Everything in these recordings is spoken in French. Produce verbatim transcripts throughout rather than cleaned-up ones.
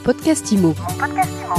podcast Imo. Mon podcast Imo.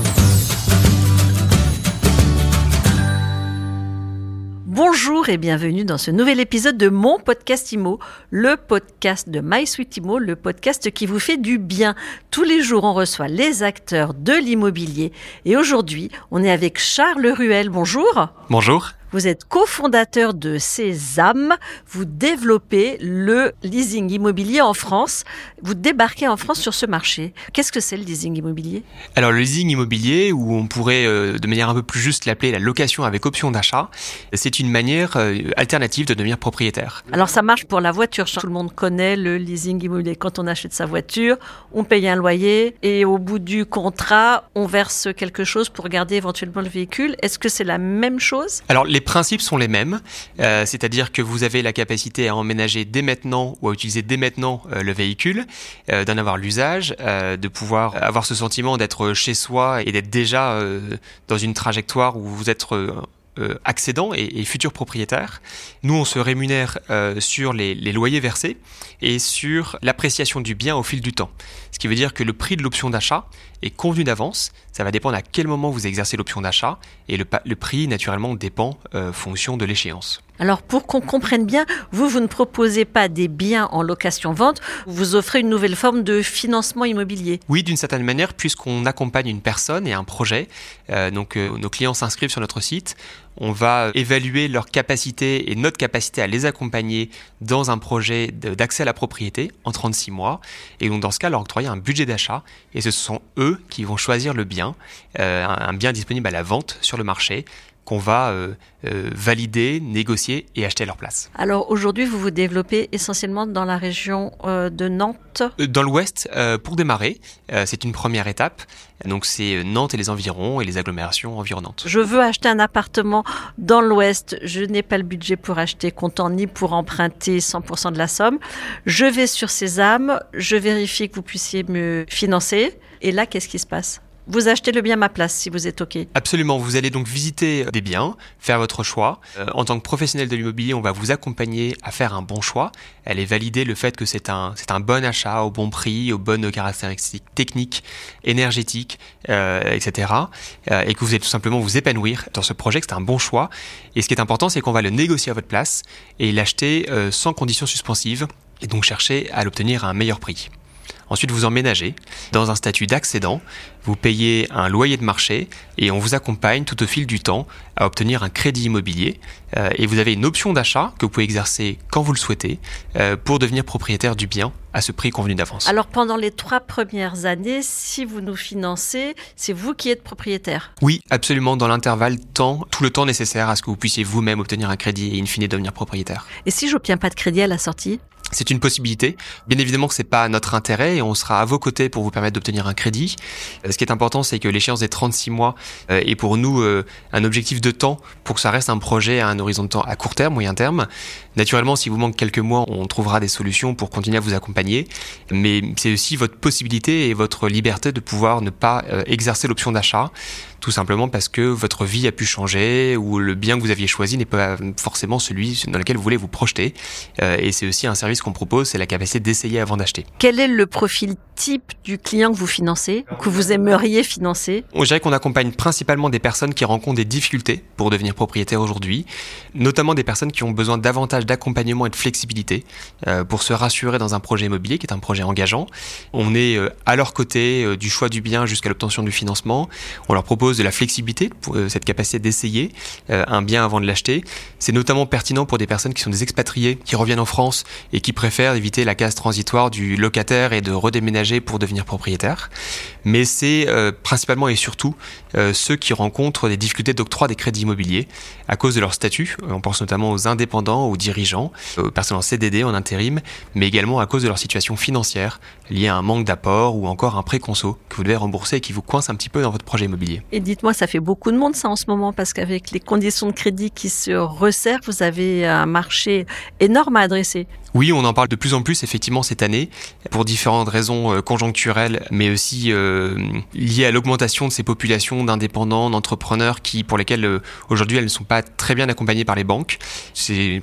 Bonjour et bienvenue dans ce nouvel épisode de Mon podcast Imo, le podcast de My Sweet Imo, le podcast qui vous fait du bien. Tous les jours, on reçoit les acteurs de l'immobilier et aujourd'hui, on est avec Charles Ruel. Bonjour. Bonjour. Vous êtes cofondateur de Sésame, vous développez le leasing immobilier en France, vous débarquez en France sur ce marché. Qu'est-ce que c'est le leasing immobilier ? Alors le leasing immobilier, ou on pourrait euh, de manière un peu plus juste l'appeler la location avec option d'achat, c'est une manière euh, alternative de devenir propriétaire. Alors ça marche pour la voiture, tout le monde connaît le leasing immobilier. Quand on achète sa voiture, on paye un loyer et au bout du contrat, on verse quelque chose pour garder éventuellement le véhicule. Est-ce que c'est la même chose ? Alors les principes sont les mêmes, euh, c'est-à-dire que vous avez la capacité à emménager dès maintenant ou à utiliser dès maintenant euh, le véhicule, euh, d'en avoir l'usage, euh, de pouvoir avoir ce sentiment d'être chez soi et d'être déjà euh, dans une trajectoire où vous êtes euh, Euh, accédant et, et futur propriétaire. Nous, on se rémunère euh, sur les, les loyers versés et sur l'appréciation du bien au fil du temps. Ce qui veut dire que le prix de l'option d'achat est convenu d'avance. Ça va dépendre à quel moment vous exercez l'option d'achat et le, le prix, naturellement, dépend euh, fonction de l'échéance. Alors, pour qu'on comprenne bien, vous, vous ne proposez pas des biens en location-vente, vous offrez une nouvelle forme de financement immobilier. Oui, d'une certaine manière, puisqu'on accompagne une personne et un projet. Euh, donc, euh, nos clients s'inscrivent sur notre site. On va évaluer leur capacité et notre capacité à les accompagner dans un projet de, d'accès à la propriété en trente-six mois. Et donc, dans ce cas, leur octroyer un budget d'achat. Et ce sont eux qui vont choisir le bien, euh, un, un bien disponible à la vente sur le marché, qu'on va euh, euh, valider, négocier et acheter à leur place. Alors aujourd'hui, vous vous développez essentiellement dans la région euh, de Nantes ? Dans l'Ouest, euh, pour démarrer, euh, c'est une première étape. Donc c'est Nantes et les environs et les agglomérations environnantes. Je veux acheter un appartement dans l'Ouest. Je n'ai pas le budget pour acheter comptant ni pour emprunter cent pour cent de la somme. Je vais sur Sésame, je vérifie que vous puissiez me financer. Et là, qu'est-ce qui se passe ? Vous achetez le bien à ma place si vous êtes OK. Absolument, vous allez donc visiter des biens, faire votre choix. Euh, en tant que professionnel de l'immobilier, on va vous accompagner à faire un bon choix. Allez valider le fait que c'est un, c'est un bon achat au bon prix, aux bonnes caractéristiques techniques, énergétiques, euh, et cetera. Euh, et que vous allez tout simplement vous épanouir dans ce projet, que c'est un bon choix. Et ce qui est important, c'est qu'on va le négocier à votre place et l'acheter euh, sans conditions suspensives et donc chercher à l'obtenir à un meilleur prix. Ensuite, vous emménagez dans un statut d'accédant, vous payez un loyer de marché et on vous accompagne tout au fil du temps à obtenir un crédit immobilier. Euh, et vous avez une option d'achat que vous pouvez exercer quand vous le souhaitez euh, pour devenir propriétaire du bien à ce prix convenu d'avance. Alors pendant les trois premières années, si vous nous financez, c'est vous qui êtes propriétaire ? Oui, absolument, dans l'intervalle, temps, tout le temps nécessaire à ce que vous puissiez vous-même obtenir un crédit et in fine devenir propriétaire. Et si je n'obtiens pas de crédit à la sortie ? C'est une possibilité. Bien évidemment que c'est pas notre intérêt et on sera à vos côtés pour vous permettre d'obtenir un crédit. Euh, ce qui est important, c'est que l'échéance des trente-six mois euh, est pour nous euh, un objectif de temps pour que ça reste un projet à un horizon de temps à court terme, moyen terme. Naturellement, si vous manque quelques mois, on trouvera des solutions pour continuer à vous accompagner. Mais c'est aussi votre possibilité et votre liberté de pouvoir ne pas euh, exercer l'option d'achat, tout simplement parce que votre vie a pu changer ou le bien que vous aviez choisi n'est pas forcément celui dans lequel vous voulez vous projeter. Euh, et c'est aussi un service qu'on propose, c'est la capacité d'essayer avant d'acheter. Quel est le profil type du client que vous financez, que vous aimeriez financer ? Je dirais qu'on accompagne principalement des personnes qui rencontrent des difficultés pour devenir propriétaires aujourd'hui, notamment des personnes qui ont besoin davantage d'accompagnement et de flexibilité euh, pour se rassurer dans un projet immobilier qui est un projet engageant. On est euh, à leur côté euh, du choix du bien jusqu'à l'obtention du financement. On leur propose de la flexibilité, pour, euh, cette capacité d'essayer euh, un bien avant de l'acheter. C'est notamment pertinent pour des personnes qui sont des expatriés, qui reviennent en France et qui préfèrent éviter la case transitoire du locataire et de redéménager pour devenir propriétaire. Mais c'est euh, principalement et surtout euh, ceux qui rencontrent des difficultés d'octroi des crédits immobiliers à cause de leur statut. On pense notamment aux indépendants, aux dirigeants, aux personnes en C D D, en intérim, mais également à cause de leur situation financière liée à un manque d'apport ou encore un prêt conso que vous devez rembourser et qui vous coince un petit peu dans votre projet immobilier. Et dites-moi, ça fait beaucoup de monde ça en ce moment parce qu'avec les conditions de crédit qui se resserrent, vous avez un marché énorme à adresser. Oui, on en parle de plus en plus effectivement cette année pour différentes raisons euh, conjoncturelles, mais aussi euh, liées à l'augmentation de ces populations d'indépendants, d'entrepreneurs qui, pour lesquels euh, aujourd'hui elles ne sont pas très bien accompagnées par les banques. C'est pour cette raison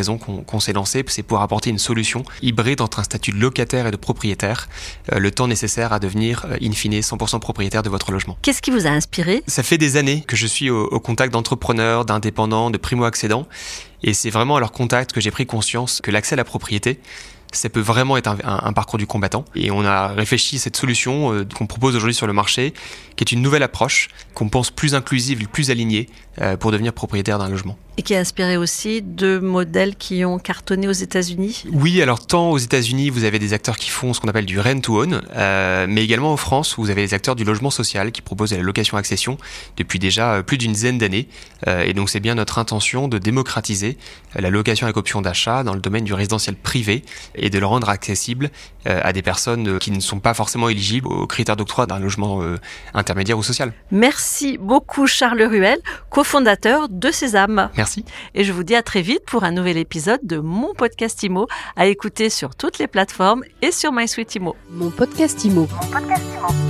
raison qu'on, qu'on s'est lancé, c'est pour apporter une solution hybride entre un statut de locataire et de propriétaire, euh, le temps nécessaire à devenir, euh, in fine, cent pour cent propriétaire de votre logement. Qu'est-ce qui vous a inspiré ? Ça fait des années que je suis au, au contact d'entrepreneurs, d'indépendants, de primo-accédants, et c'est vraiment à leur contact que j'ai pris conscience que l'accès à la propriété, ça peut vraiment être un, un, un parcours du combattant. Et on a réfléchi à cette solution euh, qu'on propose aujourd'hui sur le marché, qui est une nouvelle approche, qu'on pense plus inclusive, plus alignée, euh, pour devenir propriétaire d'un logement. Et qui a inspiré aussi de modèles qui ont cartonné aux États-Unis ? Oui, alors tant aux États-Unis, vous avez des acteurs qui font ce qu'on appelle du rent to own, euh, mais également en France, vous avez les acteurs du logement social qui proposent la location-accession depuis déjà euh, plus d'une dizaine d'années. Euh, et donc c'est bien notre intention de démocratiser euh, la location avec option d'achat dans le domaine du résidentiel privé et de le rendre accessible euh, à des personnes euh, qui ne sont pas forcément éligibles aux critères d'octroi d'un logement euh, intermédiaire ou social. Merci beaucoup Charles Ruel, cofondateur de Sésame. Merci. Et je vous dis à très vite pour un nouvel épisode de mon podcast Imo, à écouter sur toutes les plateformes et sur MySuite Imo. Mon podcast Imo. Mon podcast Imo.